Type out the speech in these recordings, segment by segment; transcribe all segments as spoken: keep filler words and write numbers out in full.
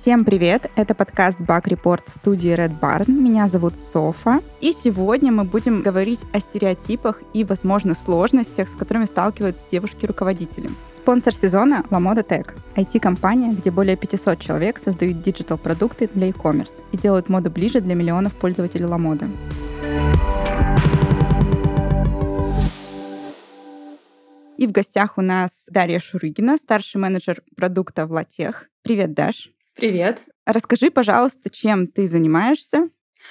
Всем привет! Это подкаст Bug Report студии Red Barn. Меня зовут Софа. И сегодня мы будем говорить о стереотипах и, возможно, сложностях, с которыми сталкиваются девушки-руководители. Спонсор сезона — LaModa Tech, ай ти-компания, где более пятьсот человек создают диджитал-продукты для e-commerce и делают моду ближе для миллионов пользователей LaModa. И в гостях у нас Дарья Шурыгина, старший менеджер продукта в Латех. Привет, Даш. Привет. Расскажи, пожалуйста, чем ты занимаешься?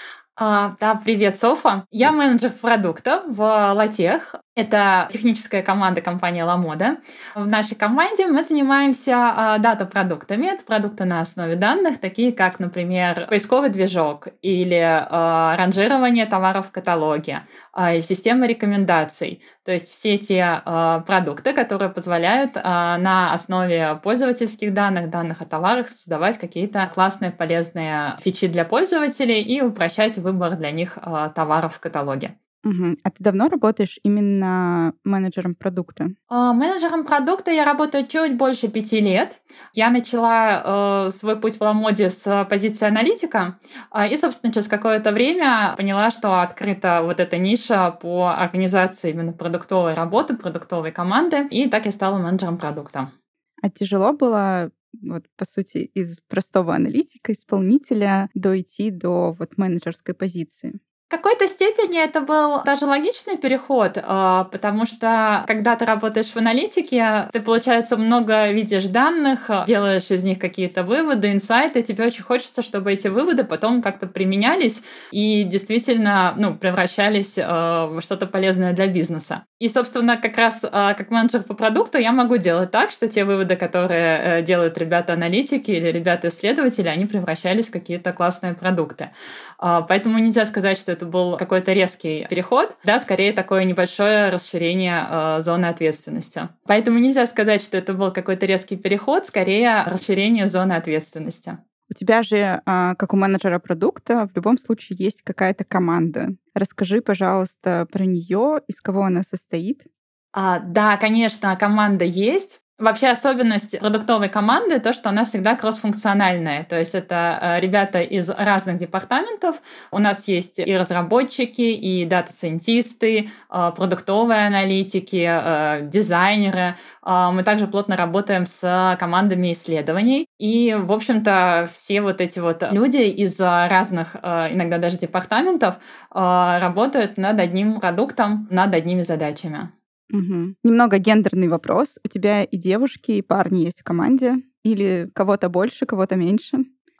А, да, привет, Софа. Я менеджер продукта в Латех. Это техническая команда компании LaModa. В нашей команде мы занимаемся дата-продуктами. Это продукты на основе данных, такие как, например, поисковый движок или э, ранжирование товаров в каталоге, э, система рекомендаций. То есть все те э, продукты, которые позволяют э, на основе пользовательских данных, данных о товарах создавать какие-то классные, полезные фичи для пользователей и упрощать выбор для них э, товаров в каталоге. Угу. А ты давно работаешь именно менеджером продукта? Uh, менеджером продукта я работаю чуть больше пяти лет. Я начала uh, свой путь в LaModa с позиции аналитика, uh, и, собственно, через какое-то время поняла, что открыта вот эта ниша по организации именно продуктовой работы, продуктовой команды, и так я стала менеджером продукта. А тяжело было, вот, по сути, из простого аналитика, исполнителя дойти до вот менеджерской позиции? В какой-то степени это был даже логичный переход, потому что когда ты работаешь в аналитике, ты, получается, много видишь данных, делаешь из них какие-то выводы, инсайты, тебе очень хочется, чтобы эти выводы потом как-то применялись и действительно ну, превращались в что-то полезное для бизнеса. И, собственно, как раз как менеджер по продукту я могу делать так, что те выводы, которые делают ребята-аналитики или ребята-исследователи, они превращались в какие-то классные продукты. Поэтому нельзя сказать, что это был какой-то резкий переход, да, скорее такое небольшое расширение э, зоны ответственности. Поэтому нельзя сказать, что это был какой-то резкий переход, скорее расширение зоны ответственности. У тебя же, как у менеджера продукта, в любом случае есть какая-то команда. Расскажи, пожалуйста, про нее, из кого она состоит. А, да, конечно, команда есть. Вообще особенность продуктовой команды то, что она всегда кроссфункциональная. То есть это ребята из разных департаментов. У нас есть и разработчики, и дата-сайентисты, продуктовые аналитики, дизайнеры. Мы также плотно работаем с командами исследований. И, в общем-то, все вот эти вот люди из разных, иногда даже департаментов, работают над одним продуктом, над одними задачами. Угу. Немного гендерный вопрос. У тебя и девушки, и парни есть в команде? Или кого-то больше, кого-то меньше?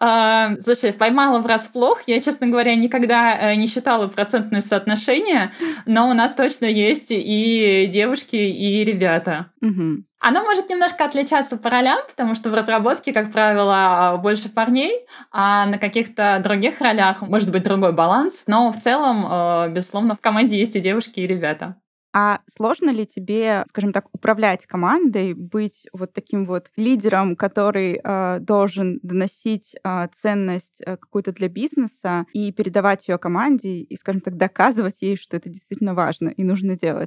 А, слушай, поймала врасплох. Я, честно говоря, никогда не считала процентное соотношение, но у нас точно есть и девушки, и ребята. Угу. Оно может немножко отличаться по ролям, потому что в разработке, как правило, больше парней, а на каких-то других ролях может быть другой баланс. Но в целом, безусловно, в команде есть и девушки, и ребята. А сложно ли тебе, скажем так, управлять командой, быть вот таким вот лидером, который э, должен доносить э, ценность э, какую-то для бизнеса и передавать ее команде и, скажем так, доказывать ей, что это действительно важно и нужно делать?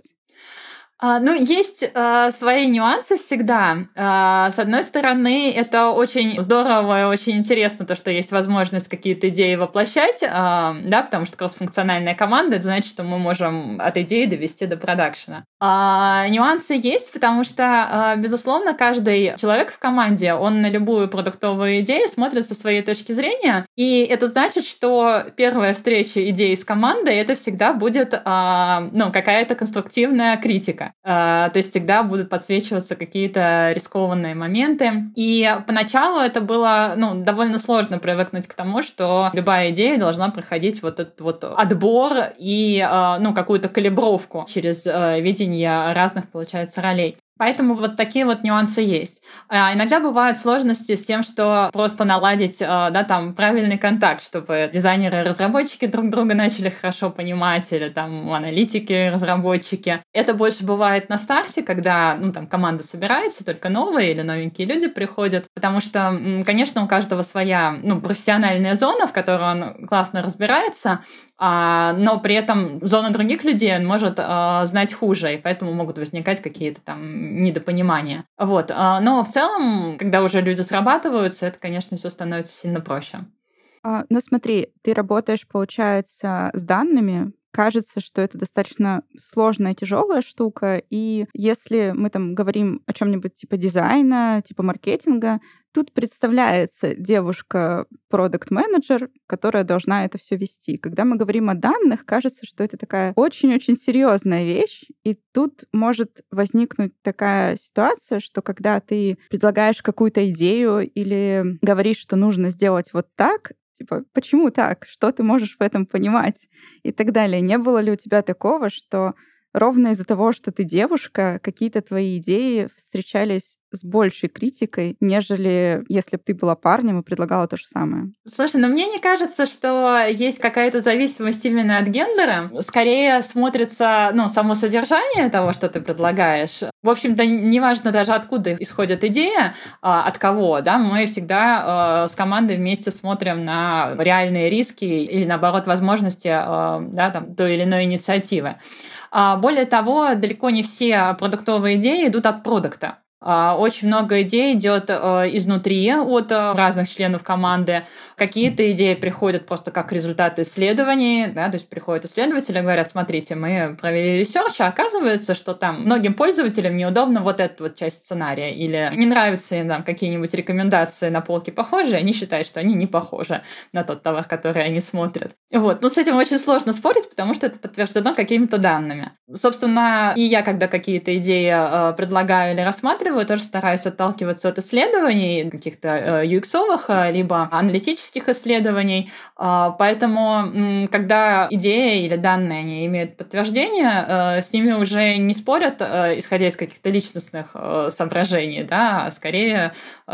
А, ну, есть э, свои нюансы всегда. Э, с одной стороны, это очень здорово и очень интересно, то, что есть возможность какие-то идеи воплощать, э, да, потому что кроссфункциональная команда — это значит, что мы можем от идеи довести до продакшена. А, нюансы есть, потому что, э, безусловно, каждый человек в команде, он на любую продуктовую идею смотрит со своей точки зрения, и это значит, что первая встреча идеи с командой — это всегда будет э, ну, какая-то конструктивная критика. То есть всегда будут подсвечиваться какие-то рискованные моменты. И поначалу это было ну, довольно сложно привыкнуть к тому, что любая идея должна проходить вот этот вот отбор и ну, какую-то калибровку через видение разных, получается, ролей. Поэтому вот такие вот нюансы есть. А иногда бывают сложности с тем, что просто наладить да, там, правильный контакт, чтобы дизайнеры и разработчики друг друга начали хорошо понимать, или там аналитики и разработчики. Это больше бывает на старте, когда ну, там, команда собирается, только новые или новенькие люди приходят, потому что, конечно, у каждого своя ну, профессиональная зона, в которой он классно разбирается, но при этом зона других людей он может знать хуже, и поэтому могут возникать какие-то там недопонимание. Вот. Но в целом, когда уже люди срабатываются, это, конечно, все становится сильно проще. А, ну смотри, ты работаешь, получается, с данными. Кажется, что это достаточно сложная, тяжелая штука. И если мы там говорим о чем-нибудь типа дизайна, типа маркетинга, тут представляется девушка продакт-менеджер, которая должна это все вести. Когда мы говорим о данных, кажется, что это такая очень-очень серьезная вещь. И тут может возникнуть такая ситуация, что когда ты предлагаешь какую-то идею или говоришь, что нужно сделать вот так, типа, почему так? Что ты можешь в этом понимать? И так далее. Не было ли у тебя такого, что ровно из-за того, что ты девушка, какие-то твои идеи встречались с большей критикой, нежели если бы ты была парнем и предлагала то же самое? Слушай, ну мне не кажется, что есть какая-то зависимость именно от гендера. Скорее смотрится, ну, само содержание того, что ты предлагаешь. В общем-то, неважно даже откуда исходит идея, от кого, да, мы всегда с командой вместе смотрим на реальные риски или, наоборот, возможности, да, там, той или иной инициативы. Более того, далеко не все продуктовые идеи идут от продукта. Очень много идей идет изнутри от разных членов команды. Какие-то идеи приходят просто как результат исследований, да, то есть приходят исследователи и говорят: смотрите, мы провели ресерч, а оказывается, что там многим пользователям неудобна вот эта вот часть сценария, или не нравятся им там какие-нибудь рекомендации на полке похожие, они считают, что они не похожи на тот товар, который они смотрят. Вот. Но с этим очень сложно спорить, потому что это подтверждено какими-то данными. Собственно, и я, когда какие-то идеи предлагаю или рассматриваю, тоже стараюсь отталкиваться от исследований, каких-то ю экс-овых, либо аналитических исследований. Поэтому, когда идеи или данные они имеют подтверждение, с ними уже не спорят, исходя из каких-то личностных соображений, да, а скорее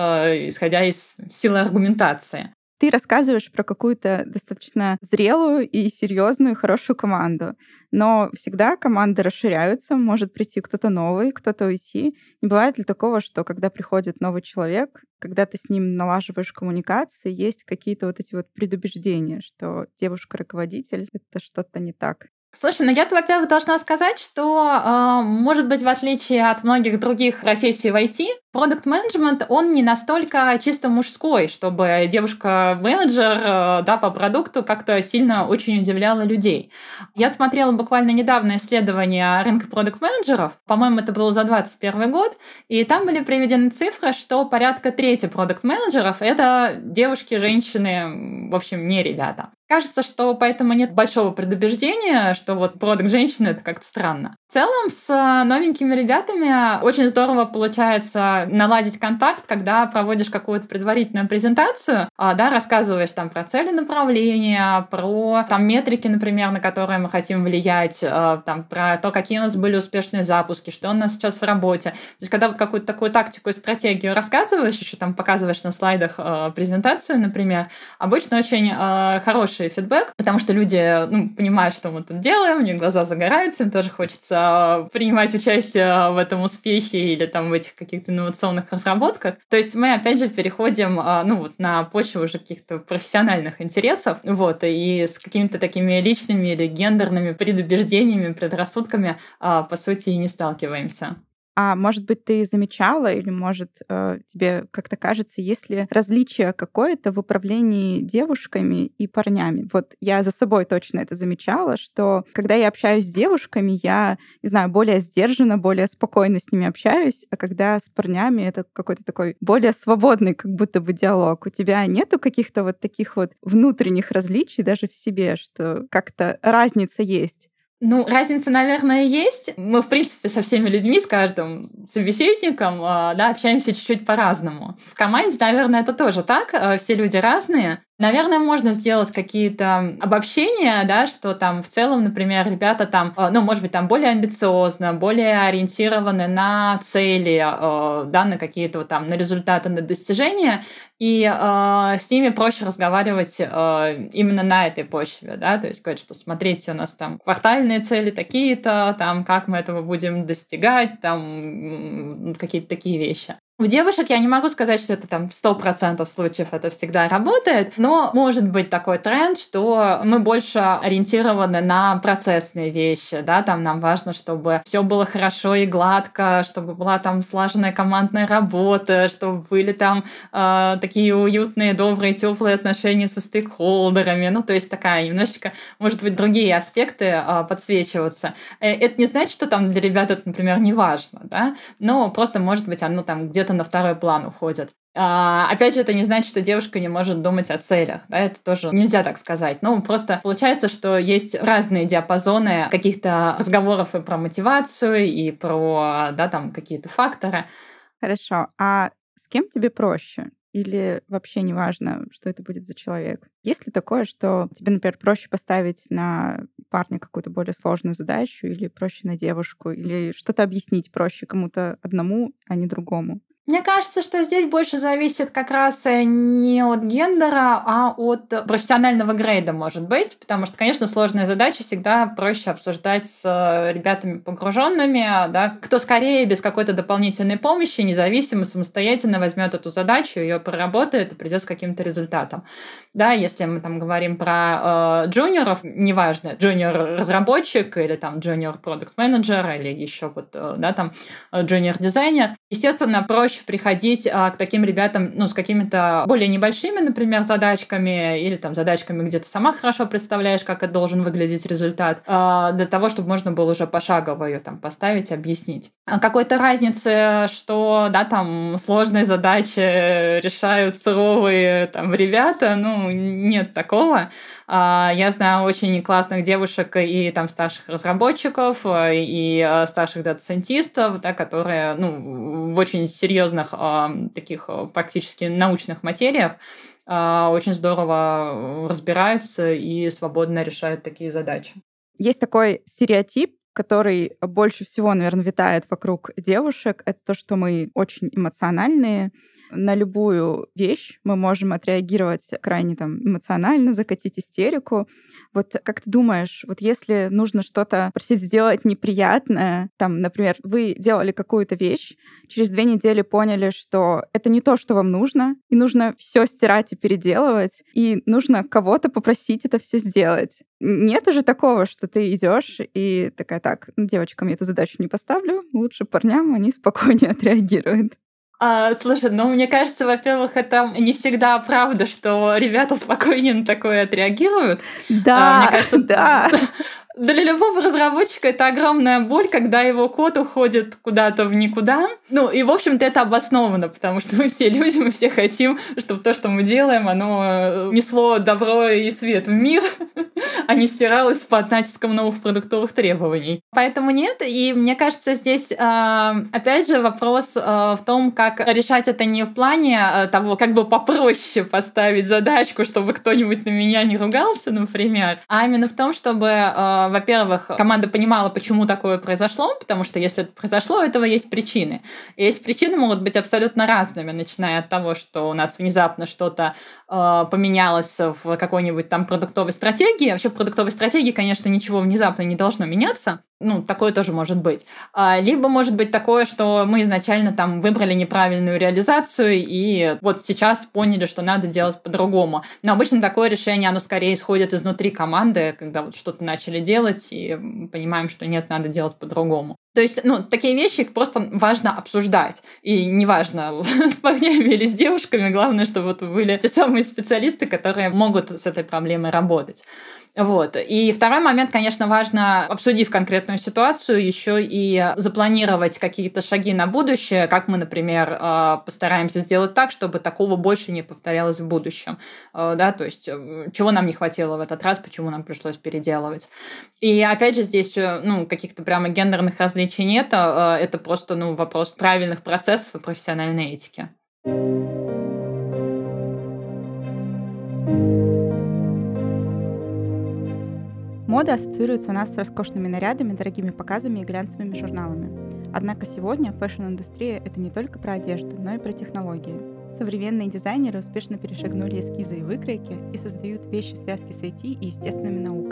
исходя из силы аргументации. Ты рассказываешь про какую-то достаточно зрелую и серьезную, хорошую команду. Но всегда команды расширяются, может прийти кто-то новый, кто-то уйти. Не бывает ли такого, что когда приходит новый человек, когда ты с ним налаживаешь коммуникации, есть какие-то вот эти вот предубеждения, что девушка-руководитель — это что-то не так? Слушай, ну я-то, во-первых, должна сказать, что, э, может быть, в отличие от многих других профессий в ай ти, продакт-менеджмент, он не настолько чисто мужской, чтобы девушка-менеджер, э, да, по продукту как-то сильно очень удивляла людей. Я смотрела буквально недавно исследование рынка продакт-менеджеров, по-моему, это было за двадцать первый год, и там были приведены цифры, что порядка трети продакт-менеджеров — это девушки, женщины, в общем, не ребята. Кажется, что поэтому нет большого предубеждения, что вот продакт-женщина — это как-то странно. В целом, с новенькими ребятами очень здорово получается наладить контакт, когда проводишь какую-то предварительную презентацию, да, рассказываешь там про цели направления, про там метрики, например, на которые мы хотим влиять, там, про то, какие у нас были успешные запуски, что у нас сейчас в работе. То есть, когда вот какую-то такую тактику и стратегию рассказываешь, еще там показываешь на слайдах презентацию, например, обычно очень хороший фидбэк, потому что люди, ну, понимают, что мы тут делаем, у них глаза загораются, им тоже хочется принимать участие в этом успехе или там в этих каких-то инновационных разработках. То есть мы, опять же, переходим, ну, вот на почву уже каких-то профессиональных интересов, вот, и с какими-то такими личными или гендерными предубеждениями, предрассудками, по сути, и не сталкиваемся. А может быть, ты замечала или, может, тебе как-то кажется, есть ли различие какое-то в управлении девушками и парнями? Вот я за собой точно это замечала, что когда я общаюсь с девушками, я, не знаю, более сдержанно, более спокойно с ними общаюсь, а когда с парнями это какой-то такой более свободный как будто бы диалог. У тебя нету каких-то вот таких вот внутренних различий даже в себе, что как-то разница есть? Ну, разница, наверное, есть. Мы, в принципе, со всеми людьми, с каждым собеседником, да, общаемся чуть-чуть по-разному. В команде, наверное, это тоже так. Все люди разные. Наверное, можно сделать какие-то обобщения, да, что там в целом, например, ребята там, ну, может быть, там более амбициозно, более ориентированы на цели, да, на какие-то вот там, на результаты, на достижения, и э, с ними проще разговаривать э, именно на этой почве, да, то есть говорить, что смотрите, у нас там квартальные цели такие-то, там, как мы этого будем достигать, там, какие-то такие вещи. У девушек я не могу сказать, что это там сто процентов случаев это всегда работает, но может быть такой тренд, что мы больше ориентированы на процессные вещи, да, там нам важно, чтобы все было хорошо и гладко, чтобы была там слаженная командная работа, чтобы были там э, такие уютные, добрые, теплые отношения со стейкхолдерами, ну, то есть такая немножечко, может быть, другие аспекты э, подсвечиваться. Это не значит, что там для ребят это, например, не важно, да, но просто, может быть, оно там где-то на второй план уходит. А, опять же, это не значит, что девушка не может думать о целях. Да, это тоже нельзя так сказать. Ну, просто получается, что есть разные диапазоны каких-то разговоров и про мотивацию, и про, да, там, какие-то факторы. Хорошо. А с кем тебе проще? Или вообще не важно, что это будет за человек? Есть ли такое, что тебе, например, проще поставить на парня какую-то более сложную задачу, или проще на девушку, или что-то объяснить проще кому-то одному, а не другому? Мне кажется, что здесь больше зависит как раз не от гендера, а от профессионального грейда, может быть. Потому что, конечно, сложные задачи всегда проще обсуждать с ребятами погруженными, да, кто скорее без какой-то дополнительной помощи, независимо, самостоятельно возьмет эту задачу, ее проработает и придет с каким-то результатом. Да, если мы там говорим про э, джуниоров, неважно, джуниор-разработчик или там джуниор-продукт-менеджер или еще вот, э, да, там джуниор-дизайнер, естественно, проще приходить а, к таким ребятам, ну, с какими-то более небольшими, например, задачками или там задачками, где ты сама хорошо представляешь, как это должен выглядеть результат, а, для того, чтобы можно было уже пошагово ее там поставить, объяснить. А какой-то разницы, что, да, там сложные задачи решают суровые там ребята, ну, нет такого. Я знаю очень классных девушек и там старших разработчиков, и старших дата-сайентистов, да, которые, ну, в очень серьезных таких практически научных материях очень здорово разбираются и свободно решают такие задачи. Есть такой стереотип, который больше всего, наверное, витает вокруг девушек, это то, что мы очень эмоциональные. На любую вещь мы можем отреагировать крайне там эмоционально, закатить истерику. Вот как ты думаешь, вот если нужно что-то просить сделать неприятное, там, например, вы делали какую-то вещь, через две недели поняли, что это не то, что вам нужно, и нужно все стирать и переделывать, и нужно кого-то попросить это все сделать. Нет уже такого, что ты идешь и такая: так, девочкам я эту задачу не поставлю, лучше парням, они спокойнее отреагируют. А, слушай, ну, мне кажется, во-первых, это не всегда правда, что ребята спокойнее на такое отреагируют. Да, а, мне кажется, да. Для любого разработчика это огромная боль, когда его код уходит куда-то в никуда. Ну, и, в общем-то, это обосновано, потому что мы все люди, мы все хотим, чтобы то, что мы делаем, оно несло добро и свет в мир, а не стиралось под натиском новых продуктовых требований. Поэтому нет, и мне кажется, здесь, опять же, вопрос в том, как решать это не в плане того, как бы попроще поставить задачку, чтобы кто-нибудь на меня не ругался, например, а именно в том, чтобы во-первых, команда понимала, почему такое произошло, потому что если это произошло, у этого есть причины. И эти причины могут быть абсолютно разными, начиная от того, что у нас внезапно что-то э, поменялось в какой-нибудь там продуктовой стратегии. Вообще в продуктовой стратегии, конечно, ничего внезапно не должно меняться. Ну, такое тоже может быть. Либо может быть такое, что мы изначально там выбрали неправильную реализацию и вот сейчас поняли, что надо делать по-другому. Но обычно такое решение, оно скорее исходит изнутри команды, когда вот что-то начали делать и понимаем, что нет, надо делать по-другому. То есть, ну, такие вещи их просто важно обсуждать. И неважно, с парнями или с девушками, главное, чтобы вот были те самые специалисты, которые могут с этой проблемой работать. Вот. И второй момент, конечно, важно, обсудив конкретную ситуацию, еще и запланировать какие-то шаги на будущее, как мы, например, постараемся сделать так, чтобы такого больше не повторялось в будущем. Да, то есть, чего нам не хватило в этот раз, почему нам пришлось переделывать. И опять же, здесь, ну, каких-то прямо гендерных различий нет, это просто, ну, вопрос правильных процессов и профессиональной этики. Мода ассоциируется у нас с роскошными нарядами, дорогими показами и глянцевыми журналами. Однако сегодня фэшн-индустрия — это не только про одежду, но и про технологии. Современные дизайнеры успешно перешагнули эскизы и выкройки и создают вещи-связки с ай ти и естественными науками.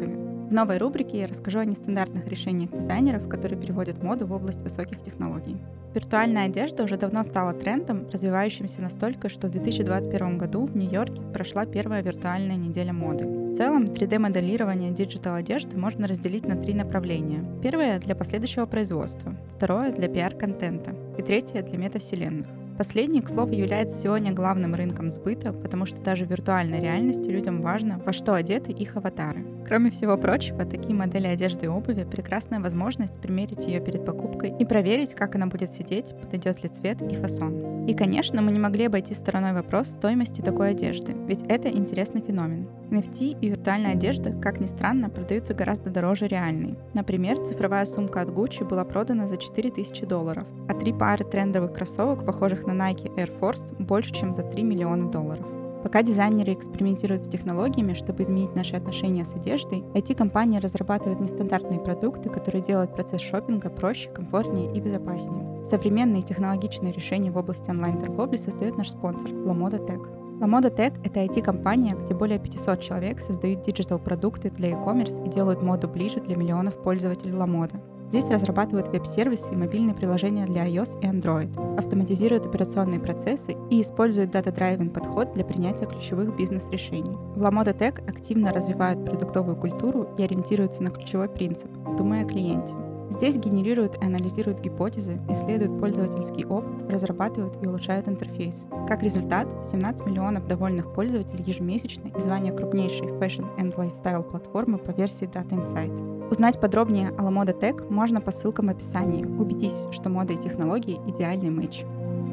В новой рубрике я расскажу о нестандартных решениях дизайнеров, которые переводят моду в область высоких технологий. Виртуальная одежда уже давно стала трендом, развивающимся настолько, что в две тысячи двадцать первом году в Нью-Йорке прошла первая виртуальная неделя моды. В целом, три дэ-моделирование диджитал-одежды можно разделить на три направления. Первое — для последующего производства, второе — для пиар-контента и третье — для метавселенных. Последний, к слову, является сегодня главным рынком сбыта, потому что даже в виртуальной реальности людям важно, во что одеты их аватары. Кроме всего прочего, такие модели одежды и обуви — прекрасная возможность примерить ее перед покупкой и проверить, как она будет сидеть, подойдет ли цвет и фасон. И, конечно, мы не могли обойти стороной вопрос стоимости такой одежды, ведь это интересный феномен. эн эф ти и виртуальная одежда, как ни странно, продаются гораздо дороже реальной. Например, цифровая сумка от Gucci была продана за четыре тысячи долларов, а три пары трендовых кроссовок, похожих на Nike Air Force, больше, чем за три миллиона долларов. Пока дизайнеры экспериментируют с технологиями, чтобы изменить наши отношения с одеждой, ай ти-компании разрабатывают нестандартные продукты, которые делают процесс шопинга проще, комфортнее и безопаснее. Современные технологичные решения в области онлайн-торговли создает наш спонсор LaModa Tech. LaModa Tech — это ай ти-компания, где более пятьсот человек создают диджитал-продукты для e-commerce и делают моду ближе для миллионов пользователей LaModa. Здесь разрабатывают веб-сервисы и мобильные приложения для iOS и Android, автоматизируют операционные процессы и используют дата-драйвен подход для принятия ключевых бизнес-решений. В LaModa Tech активно развивают продуктовую культуру и ориентируются на ключевой принцип — думая о клиенте. Здесь генерируют и анализируют гипотезы, исследуют пользовательский опыт, разрабатывают и улучшают интерфейс. Как результат, семнадцать миллионов довольных пользователей ежемесячно и звание крупнейшей fashion and lifestyle платформы по версии Data Insight. Uзнать подробнее о LaModa Tech можно по ссылкам в описании. Убедись, что мода и технологии — идеальный матч.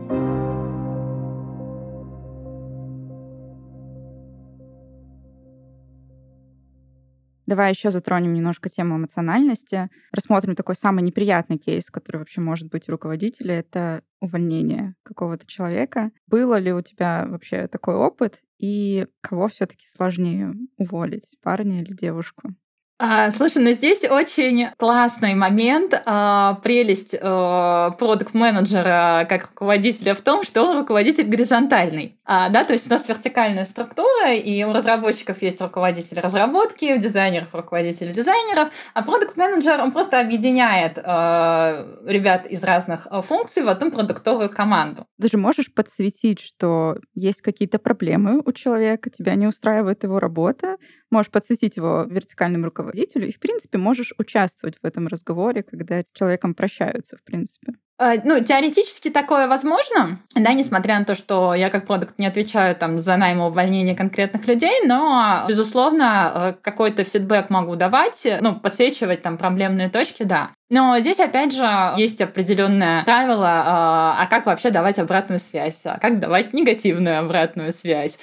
Давай еще затронем немножко тему эмоциональности. Рассмотрим такой самый неприятный кейс, который вообще может быть у руководителя. Это увольнение какого-то человека. Было ли у тебя вообще такой опыт? И кого все-таки сложнее уволить, парня или девушку? А, слушай, ну здесь очень классный момент, а, прелесть а, продакт-менеджера как руководителя в том, что он руководитель горизонтальный. А, да, то есть у нас вертикальная структура, и у разработчиков есть руководитель разработки, у дизайнеров руководитель дизайнеров, а продакт-менеджер, он просто объединяет а, ребят из разных функций в одну продуктовую команду. Ты же можешь подсветить, что есть какие-то проблемы у человека, тебя не устраивает его работа, можешь подсветить его вертикальному руководителю и, в принципе, можешь участвовать в этом разговоре, когда с человеком прощаются, в принципе. Ну, теоретически такое возможно, да, несмотря на то, что я как продакт не отвечаю там за найм и увольнение конкретных людей, но, безусловно, какой-то фидбэк могу давать, ну, подсвечивать там проблемные точки, да. Но здесь, опять же, есть определенное правило, а как вообще давать обратную связь, а как давать негативную обратную связь.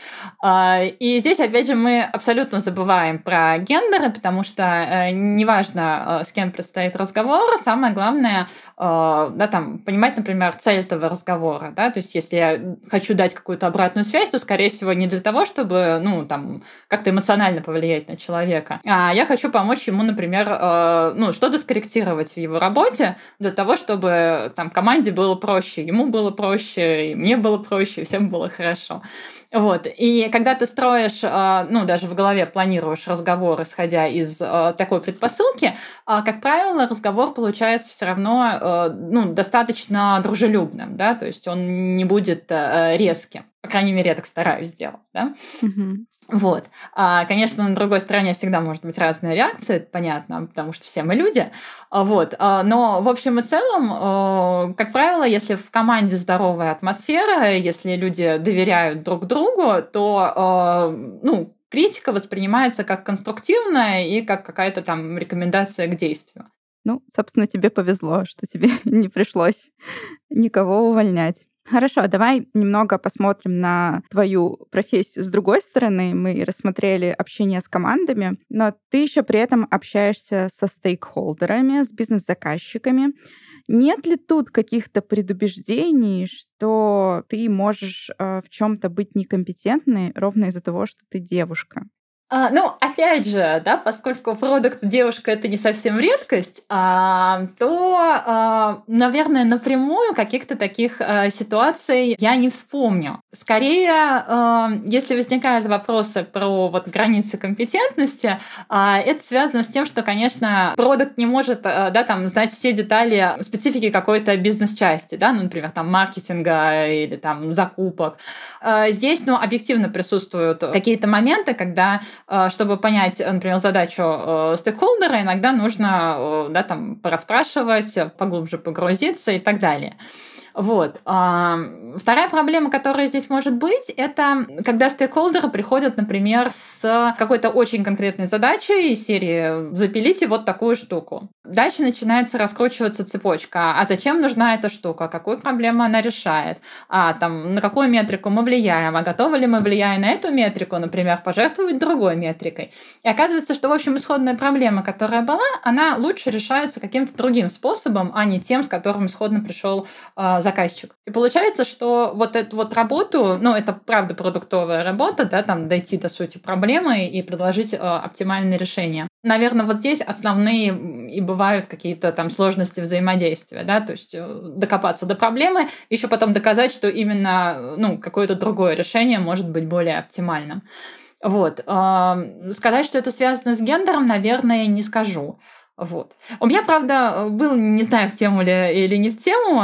И здесь, опять же, мы абсолютно забываем про гендеры, потому что неважно, с кем предстоит разговор, самое главное, да, там, понимать, например, цель этого разговора, да, то есть если я хочу дать какую-то обратную связь, то, скорее всего, не для того, чтобы, ну, там, как-то эмоционально повлиять на человека, а я хочу помочь ему, например, ну, что-то скорректировать в его работе для того, чтобы там команде было проще, ему было проще, и мне было проще, и всем было хорошо. Вот. И когда ты строишь, ну, даже в голове планируешь разговор, исходя из такой предпосылки, как правило, разговор получается все равно, ну, достаточно дружелюбным, да, то есть он не будет резким. По крайней мере, я так стараюсь сделать, да. Mm-hmm. Вот. А, конечно, на другой стороне всегда может быть разная реакция, это понятно, потому что все мы люди. Вот. Но в общем и целом, как правило, если в команде здоровая атмосфера, если люди доверяют друг другу, то, ну, критика воспринимается как конструктивная и как какая-то там рекомендация к действию. Ну, собственно, тебе повезло, что тебе не пришлось никого увольнять. Хорошо, давай немного посмотрим на твою профессию с другой стороны. Мы рассмотрели общение с командами, но ты еще при этом общаешься со стейкхолдерами, с бизнес-заказчиками. Нет ли тут каких-то предубеждений, что ты можешь э, в чем-то быть некомпетентной ровно из-за того, что ты девушка? А, ну, опять же, да, поскольку продукт девушка это не совсем редкость, а, то, а, наверное, напрямую каких-то таких а, ситуаций я не вспомню. Скорее, а, если возникают вопросы про вот границы компетентности, а, это связано с тем, что, конечно, продукт не может, а, да, там, знать все детали специфики какой-то бизнес-части, да, ну, например, там, маркетинга или там закупок. А, здесь, ну, объективно присутствуют какие-то моменты, когда чтобы понять, например, задачу стейкхолдера, иногда нужно, да, там, порасспрашивать, поглубже погрузиться и так далее. Вот. Вторая проблема, которая здесь может быть, это когда стейкхолдеры приходят, например, с какой-то очень конкретной задачей из серии «запилите вот такую штуку». Дальше начинается раскручиваться цепочка. А зачем нужна эта штука? Какую проблему она решает? А там, на какую метрику мы влияем? А готовы ли мы, влияя на эту метрику, например, пожертвовать другой метрикой? И оказывается, что, в общем, исходная проблема, которая была, она лучше решается каким-то другим способом, а не тем, с которым исходно пришел э, заказчик. И получается, что вот эту вот работу, ну, это правда продуктовая работа, да, там дойти до сути проблемы и предложить э, оптимальное решение. Наверное, вот здесь основные и бывают какие-то там сложности взаимодействия, да, то есть докопаться до проблемы, еще потом доказать, что именно, ну, какое-то другое решение может быть более оптимальным. Вот. Сказать, что это связано с гендером, наверное, не скажу. Вот. У меня, правда, был, не знаю, в тему ли или не в тему,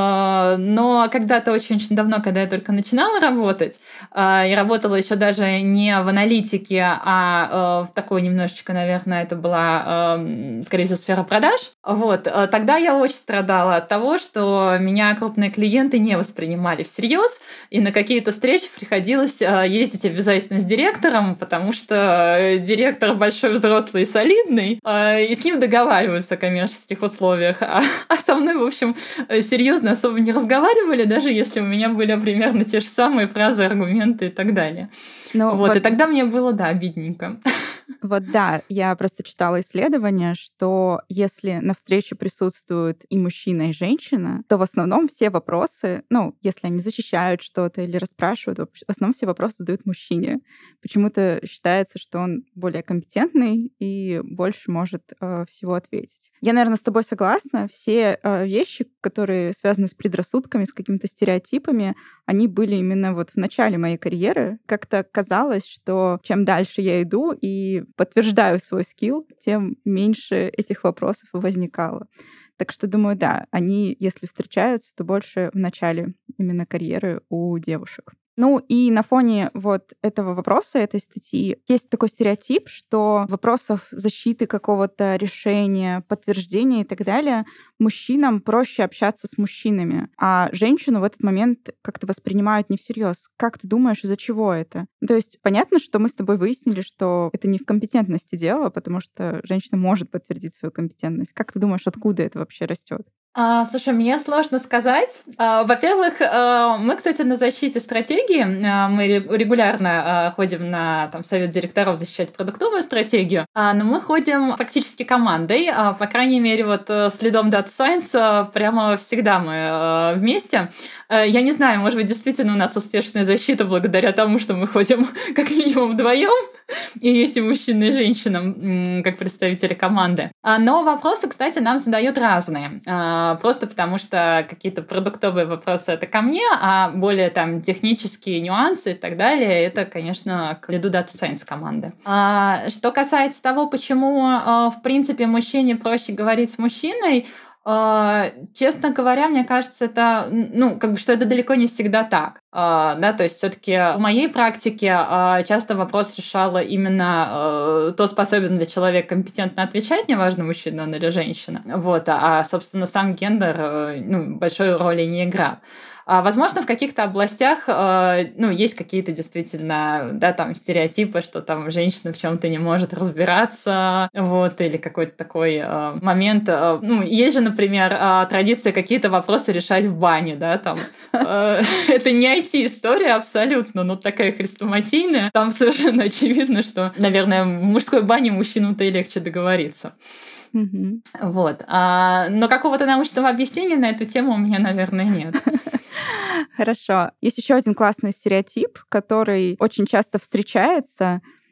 но когда-то очень-очень давно, когда я только начинала работать, я работала еще даже не в аналитике, а в такой немножечко, наверное, это была, скорее всего, сфера продаж. Вот. Тогда я очень страдала от того, что меня крупные клиенты не воспринимали всерьез, и на какие-то встречи приходилось ездить обязательно с директором, потому что директор большой, взрослый и солидный, и с ним договариваются о коммерческих условиях, а, а со мной, в общем, серьезно особо не разговаривали, даже если у меня были примерно те же самые фразы, аргументы и так далее. Но вот, вот, и тогда мне было, да, обидненько. Вот да, я просто читала исследование, что если на встрече присутствуют и мужчина, и женщина, то в основном все вопросы, ну, если они защищают что-то или расспрашивают, в основном все вопросы задают мужчине. Почему-то считается, что он более компетентный и больше может э, всего ответить. Я, наверное, с тобой согласна. Все э, вещи, которые связаны с предрассудками, с какими-то стереотипами, они были именно вот в начале моей карьеры. Как-то казалось, что чем дальше я иду и подтверждаю свой скилл, тем меньше этих вопросов возникало. Так что, думаю, да, они, если встречаются, то больше в начале именно карьеры у девушек. Ну и на фоне вот этого вопроса, этой статьи, есть такой стереотип, что вопросов защиты какого-то решения, подтверждения и так далее мужчинам проще общаться с мужчинами, а женщину в этот момент как-то воспринимают не всерьез. Как ты думаешь, из-за чего это? То есть понятно, что мы с тобой выяснили, что это не в компетентности дело, потому что женщина может подтвердить свою компетентность. Как ты думаешь, откуда это вообще растет? А, слушай, мне сложно сказать. А, во-первых, а, мы, кстати, на защите стратегии, а, мы регулярно а, ходим на там, совет директоров защищать продуктовую стратегию, а, но мы ходим фактически командой, а, по крайней мере, вот следом Data Science а, прямо всегда мы а, вместе. А, я не знаю, может быть, действительно у нас успешная защита благодаря тому, что мы ходим как минимум вдвоем, и есть и мужчина, и женщина, как представители команды. А, но вопросы, кстати, нам задают разные. Просто потому что какие-то продуктовые вопросы — это ко мне, а более там технические нюансы и так далее — это, конечно, к лиду Data Science команды. А, что касается того, почему, в принципе, мужчине проще говорить с мужчиной, Uh, честно говоря, мне кажется, это, ну, как бы, что это далеко не всегда так. Uh, да, то есть все-таки в моей практике uh, часто вопрос решала именно uh, то, способен ли человек компетентно отвечать, неважно, мужчина он или женщина. Вот, а, собственно, сам гендер uh, ну, большой роли не играл. Возможно, в каких-то областях ну, есть какие-то действительно да, там, стереотипы, что там женщина в чем-то не может разбираться, вот, или какой-то такой э, момент. Э, ну, есть же, например, э, традиция какие-то вопросы решать в бане, да, там. Э, это не ай ти-история абсолютно, но такая хрестоматийная. Там совершенно очевидно, что, наверное, в мужской бане мужчинам-то и легче договориться. Mm-hmm. Вот. А, но какого-то научного объяснения на эту тему у меня, наверное, нет. Хорошо. Есть еще один классный стереотип, который очень часто встречается.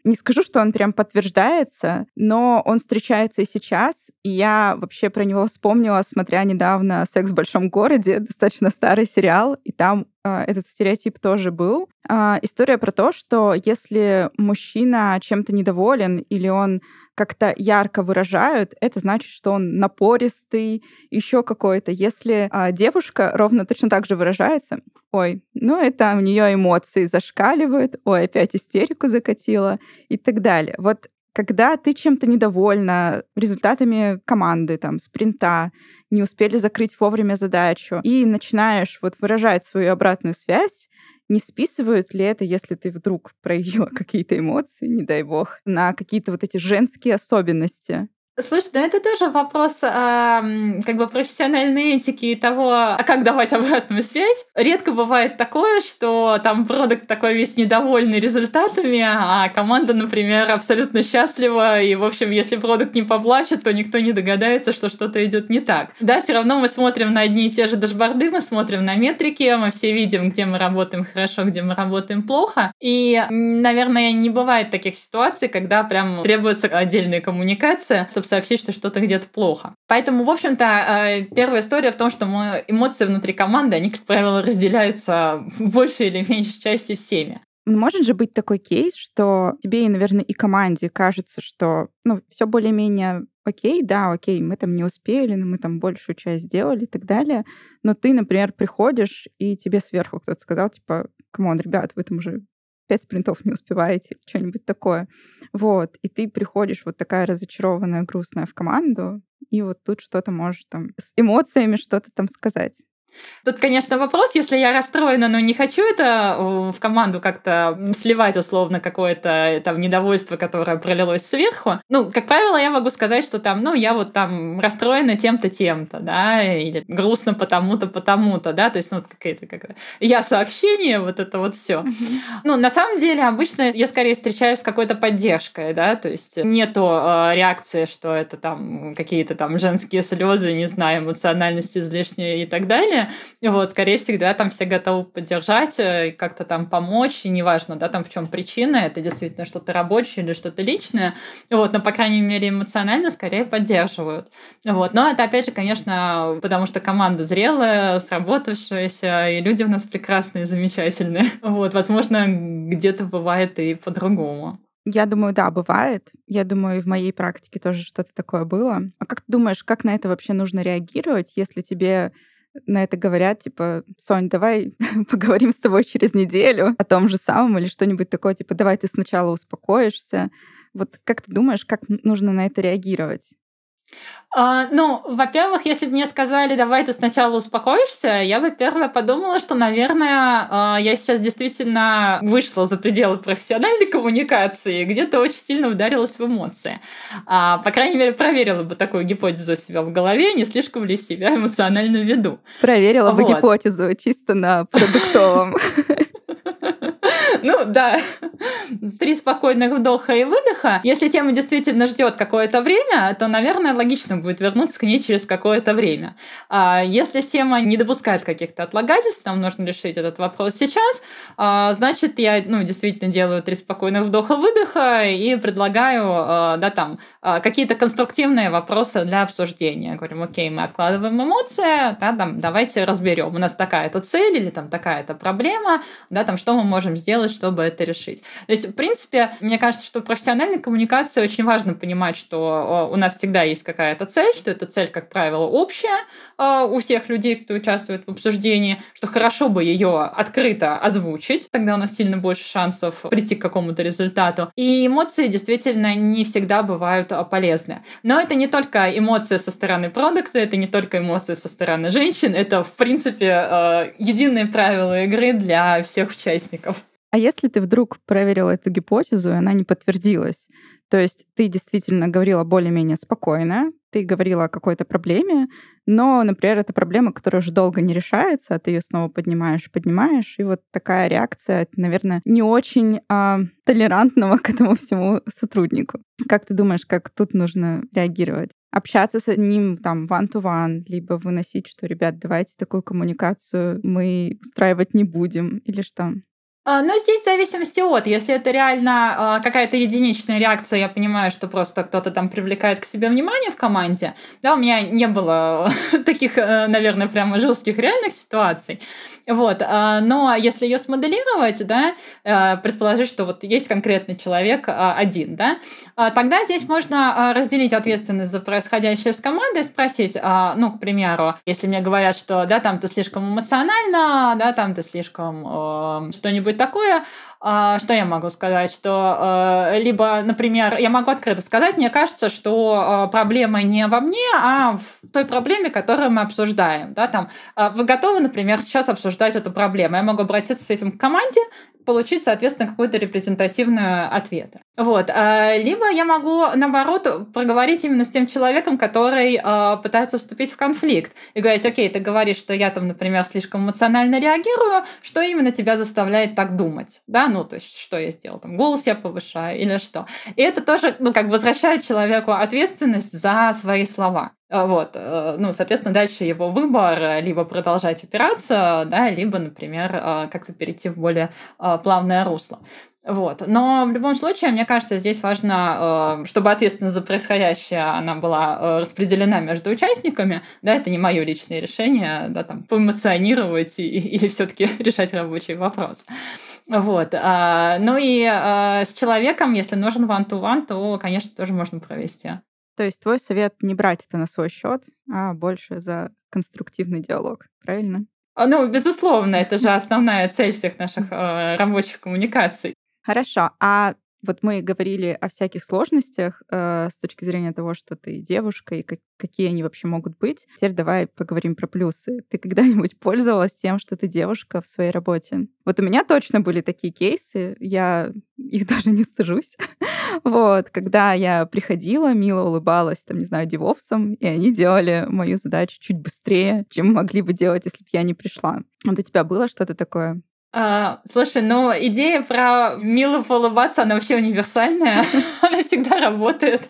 Не скажу, что он прям подтверждается, но он встречается и сейчас. И я вообще про него вспомнила, смотря недавно «Секс в большом городе», достаточно старый сериал, и там э, этот стереотип тоже был. Э, история про то, что если мужчина чем-то недоволен или он как-то ярко выражают, это значит, что он напористый, еще какой-то. Если а, девушка ровно точно так же выражается, ой, ну это у нее эмоции зашкаливают, ой, опять истерику закатила и так далее. Вот когда ты чем-то недовольна результатами команды, там, спринта, не успели закрыть вовремя задачу, и начинаешь вот выражать свою обратную связь, не списывают ли это, если ты вдруг проявила какие-то эмоции, не дай бог, на какие-то вот эти женские особенности? Слушай, да это тоже вопрос а, как бы профессиональной этики и того, а как давать обратную связь. Редко бывает такое, что там продукт такой весь недовольный результатами, а команда, например, абсолютно счастлива, и, в общем, если продукт не поплачет, то никто не догадается, что что-то идет не так. Да, все равно мы смотрим на одни и те же дашборды, мы смотрим на метрики, мы все видим, где мы работаем хорошо, где мы работаем плохо. И, наверное, не бывает таких ситуаций, когда прям требуется отдельная коммуникация, чтобы сообщить, что что-то где-то плохо. Поэтому, в общем-то, первая история в том, что мы, эмоции внутри команды, они, как правило, разделяются в большей или меньшей части всеми. Может же быть такой кейс, что тебе, и, наверное, и команде кажется, что ну, все более-менее окей, да, окей, мы там не успели, но мы там большую часть сделали и так далее. Но ты, например, приходишь, и тебе сверху кто-то сказал, типа, камон, ребят, вы там уже пять спринтов не успеваете, что-нибудь такое. Вот. И ты приходишь вот такая разочарованная, грустная в команду, и вот тут что-то можешь там с эмоциями что-то там сказать. Тут, конечно, вопрос, если я расстроена, но не хочу это в команду как-то сливать условно какое-то там недовольство, которое пролилось сверху. Ну, как правило, я могу сказать, что там, ну, я вот там расстроена тем-то, тем-то, да, или грустно потому-то, потому-то, да, то есть, ну, вот какая-то как я сообщение, вот это вот все. Mm-hmm. Ну, на самом деле, обычно я скорее встречаюсь с какой-то поддержкой, да, то есть нету э, реакции, что это там какие-то там женские слезы, не знаю, эмоциональность излишняя и так далее. Вот, скорее всегда там все готовы поддержать, как-то там помочь, и неважно, да, там в чем причина, это действительно что-то рабочее или что-то личное, вот, но, по крайней мере, эмоционально скорее поддерживают. Вот, но это, опять же, конечно, потому что команда зрелая, сработавшаяся, и люди у нас прекрасные, замечательные. Вот, возможно, где-то бывает и по-другому. Я думаю, да, бывает. Я думаю, и в моей практике тоже что-то такое было. А как ты думаешь, как на это вообще нужно реагировать, если тебе на это говорят, типа, Сонь, давай поговорим с тобой через неделю о том же самом или что-нибудь такое, типа, давай ты сначала успокоишься. Вот как ты думаешь, как нужно на это реагировать? А, ну, во-первых, если бы мне сказали, давай ты сначала успокоишься, я бы первое подумала, что, наверное, я сейчас действительно вышла за пределы профессиональной коммуникации, где-то очень сильно ударилась в эмоции. А, по крайней мере, проверила бы такую гипотезу у себя в голове, не слишком ли себя эмоционально веду. Проверила вот. бы гипотезу чисто на продуктовом. Ну да, три спокойных вдоха и выдоха. Если тема действительно ждет какое-то время, то, наверное, логично будет вернуться к ней через какое-то время. А если тема не допускает каких-то отлагательств, нам нужно решить этот вопрос сейчас, значит, я ну, действительно делаю три спокойных вдоха-выдоха и предлагаю да, там, какие-то конструктивные вопросы для обсуждения. Говорим, окей, мы откладываем эмоции, да, там, давайте разберем. У нас такая-то цель или там такая-то проблема, да, там, что мы можем сделать, чтобы это решить. То есть, в принципе, мне кажется, что в профессиональной коммуникации очень важно понимать, что у нас всегда есть какая-то цель, что эта цель, как правило, общая у всех людей, кто участвует в обсуждении, что хорошо бы ее открыто озвучить, тогда у нас сильно больше шансов прийти к какому-то результату. И эмоции действительно не всегда бывают полезны. Но это не только эмоции со стороны продукта, это не только эмоции со стороны женщин, это, в принципе, единые правила игры для всех участников. А если ты вдруг проверила эту гипотезу, и она не подтвердилась, то есть ты действительно говорила более-менее спокойно, ты говорила о какой-то проблеме, но, например, это проблема, которая уже долго не решается, а ты ее снова поднимаешь, поднимаешь, и вот такая реакция, наверное, не очень а, толерантного к этому всему сотруднику. Как ты думаешь, как тут нужно реагировать? Общаться с ним там one-to-one, либо выносить, что, ребят, давайте такую коммуникацию мы устраивать не будем, или что? А, Но здесь в зависимости от, если это реально а, какая-то единичная реакция, я понимаю, что просто кто-то там привлекает к себе внимание в команде, да, у меня не было таких, э, наверное, прямо жестких реальных ситуаций, вот, а, но если ее смоделировать, да, э, предположить, что вот есть конкретный человек а, один, да, а, тогда здесь можно а, разделить ответственность за происходящее с командой, спросить, а, ну, к примеру, если мне говорят, что, да, там ты слишком эмоционально, да, там ты слишком э, что-нибудь такое, а, что я могу сказать, что э, либо, например, я могу открыто сказать, мне кажется, что э, проблема не во мне, а в той проблеме, которую мы обсуждаем, да, там, э, вы готовы, например, сейчас обсуждать эту проблему, я могу обратиться с этим к команде, получить, соответственно, какой-то репрезентативный ответ. Вот. Либо я могу, наоборот, проговорить именно с тем человеком, который э, пытается вступить в конфликт. И говорить, окей, ты говоришь, что я там, например, слишком эмоционально реагирую, что именно тебя заставляет так думать? Да, ну, то есть, что я сделал? Там, голос я повышаю или что? И это тоже, ну, как бы возвращает человеку ответственность за свои слова. Вот, ну, соответственно, дальше его выбор либо продолжать упираться, да, либо, например, как-то перейти в более плавное русло. Вот. Но в любом случае, мне кажется, здесь важно, чтобы ответственность за происходящее она была распределена между участниками. Да, это не мое личное решение, да, там, поэмоционировать и, или все-таки решать рабочий вопрос. Вот. Ну и с человеком, если нужен one-to-one, то, конечно, тоже можно провести. То есть твой совет не брать это на свой счет, а больше за конструктивный диалог, правильно? Ну, безусловно, это же основная цель всех наших э, рабочих коммуникаций. Хорошо. А вот мы говорили о всяких сложностях э, с точки зрения того, что ты девушка и как, какие они вообще могут быть. Теперь давай поговорим про плюсы. Ты когда-нибудь пользовалась тем, что ты девушка в своей работе? Вот у меня точно были такие кейсы, я их даже не стыжусь. Вот, когда я приходила, мило улыбалась, там, не знаю, девопсам, и они делали мою задачу чуть быстрее, чем могли бы делать, если бы я не пришла. Вот у тебя было что-то такое? А, слушай, ну идея про мило поулыбаться, она вообще универсальная, она всегда работает.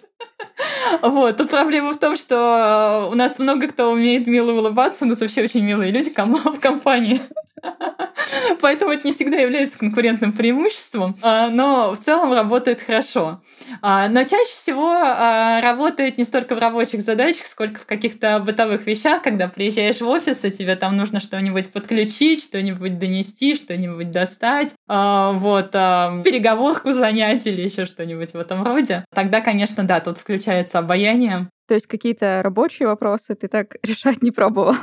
Вот. Тут проблема в том, что у нас много кто умеет мило улыбаться, у нас вообще очень милые люди в компании. Поэтому это не всегда является конкурентным преимуществом, но в целом работает хорошо. Но чаще всего работает не столько в рабочих задачах, сколько в каких-то бытовых вещах, когда приезжаешь в офис, и тебе там нужно что-нибудь подключить, что-нибудь донести, что-нибудь достать, вот, переговорку занять или еще что-нибудь в этом роде. Тогда, конечно, да, тут включается обаяние. То есть какие-то рабочие вопросы ты так решать не пробовала?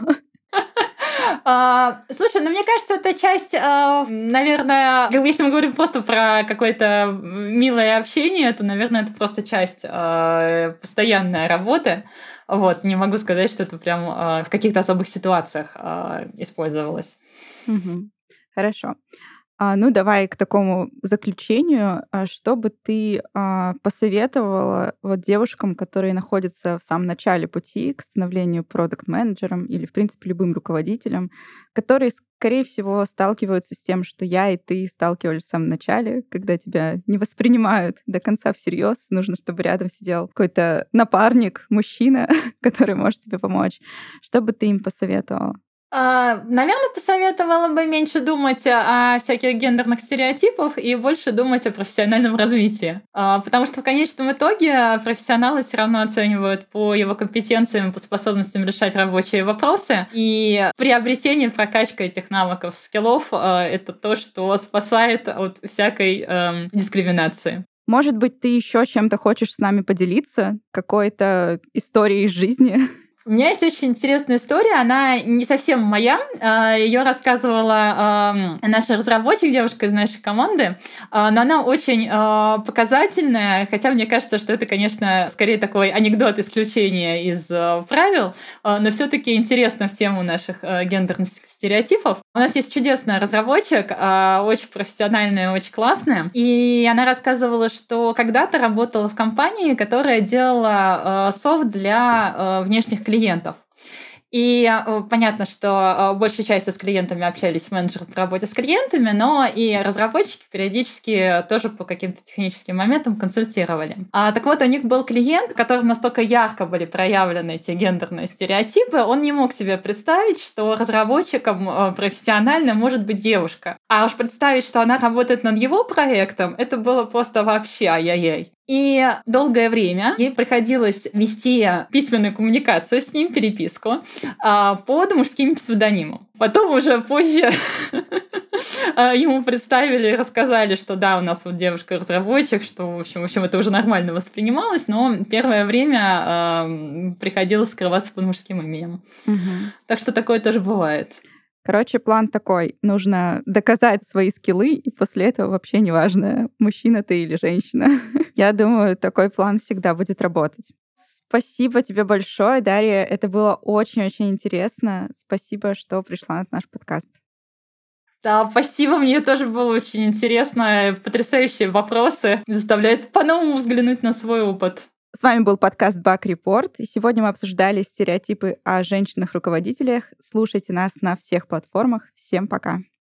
А, слушай, ну мне кажется, это часть, а, наверное, если мы говорим просто про какое-то милое общение, то, наверное, это просто часть а, постоянной работы. Вот, не могу сказать, что это прям а, в каких-то особых ситуациях а, использовалось. Угу. Хорошо. А, ну, давай к такому заключению. А что бы ты а, посоветовала вот девушкам, которые находятся в самом начале пути к становлению продакт-менеджером или, в принципе, любым руководителем, которые, скорее всего, сталкиваются с тем, что я и ты сталкивались в самом начале, когда тебя не воспринимают до конца всерьез, нужно, чтобы рядом сидел какой-то напарник, мужчина, который может тебе помочь. Что бы ты им посоветовала? Наверное, посоветовала бы меньше думать о всяких гендерных стереотипах и больше думать о профессиональном развитии. Потому что в конечном итоге профессионалы все равно оценивают по его компетенциям, по способностям решать рабочие вопросы. И приобретение, прокачка этих навыков, скиллов — это то, что спасает от всякой эм, дискриминации. Может быть, ты еще чем-то хочешь с нами поделиться? Какой-то историей из жизни? У меня есть очень интересная история, она не совсем моя. Ее рассказывала наша разработчик, девушка из нашей команды, но она очень показательная, хотя мне кажется, что это, конечно, скорее такой анекдот, исключение из правил, но все-таки интересно в тему наших гендерных стереотипов. У нас есть чудесная разработчик, очень профессиональная, очень классная, и она рассказывала, что когда-то работала в компании, которая делала софт для внешних клиентов. И э, понятно, что э, большей частью с клиентами общались менеджеры по работе с клиентами, но и разработчики периодически тоже по каким-то техническим моментам консультировали. А, так вот, у них был клиент, в котором настолько ярко были проявлены эти гендерные стереотипы, он не мог себе представить, что разработчиком э, профессионально может быть девушка. А уж представить, что она работает над его проектом, это было просто вообще ай-яй-яй. И долгое время ей приходилось вести письменную коммуникацию с ним, переписку, под мужским псевдонимом. Потом уже позже ему представили и рассказали, что да, у нас вот девушка-разработчик, что, в общем, в общем, это уже нормально воспринималось, но первое время приходилось скрываться под мужским именем. Угу. Так что такое тоже бывает. Короче, план такой. Нужно доказать свои скиллы, и после этого вообще неважно, мужчина ты или женщина. Я думаю, такой план всегда будет работать. Спасибо тебе большое, Дарья. Это было очень-очень интересно. Спасибо, что пришла на наш подкаст. Да, спасибо. Мне тоже было очень интересно. Потрясающие вопросы. Заставляют по-новому взглянуть на свой опыт. С вами был подкаст Bug Report, и сегодня мы обсуждали стереотипы о женщинах-руководителях. Слушайте нас на всех платформах. Всем пока!